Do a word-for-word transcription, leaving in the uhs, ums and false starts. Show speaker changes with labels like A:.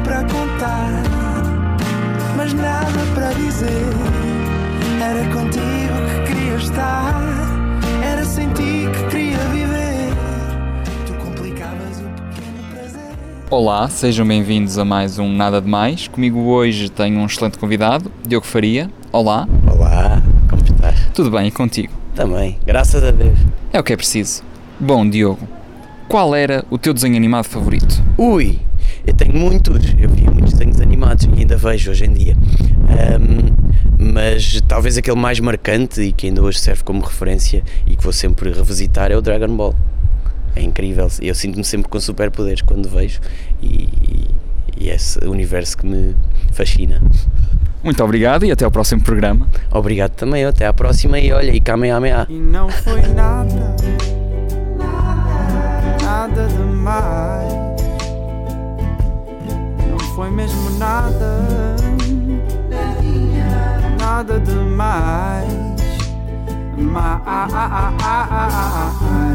A: para contar, mas nada para dizer. Era contigo que queria estar, era sem ti que queria viver. Tu complicavas o pequeno prazer.
B: Olá, sejam bem-vindos a mais um Nada de Mais. Comigo hoje tenho um excelente convidado, Diogo Faria. Olá.
C: Olá, como estás?
B: Tudo bem, e contigo?
C: Também, graças a Deus.
B: É o que é preciso. Bom, Diogo, qual era o teu desenho animado favorito?
C: Ui, eu tenho muitos, eu vi muitos desenhos animados e ainda vejo hoje em dia. Um, mas talvez aquele mais marcante e que ainda hoje serve como referência e que vou sempre revisitar é o Dragon Ball. É incrível, eu sinto-me sempre com superpoderes quando vejo e, e é esse universo que me fascina.
B: Muito obrigado e até ao próximo programa.
C: Obrigado também, até à próxima e olha, e Kamehameha.
A: E não foi nada, nada demais. Não foi mesmo nada, nada demais. Mais.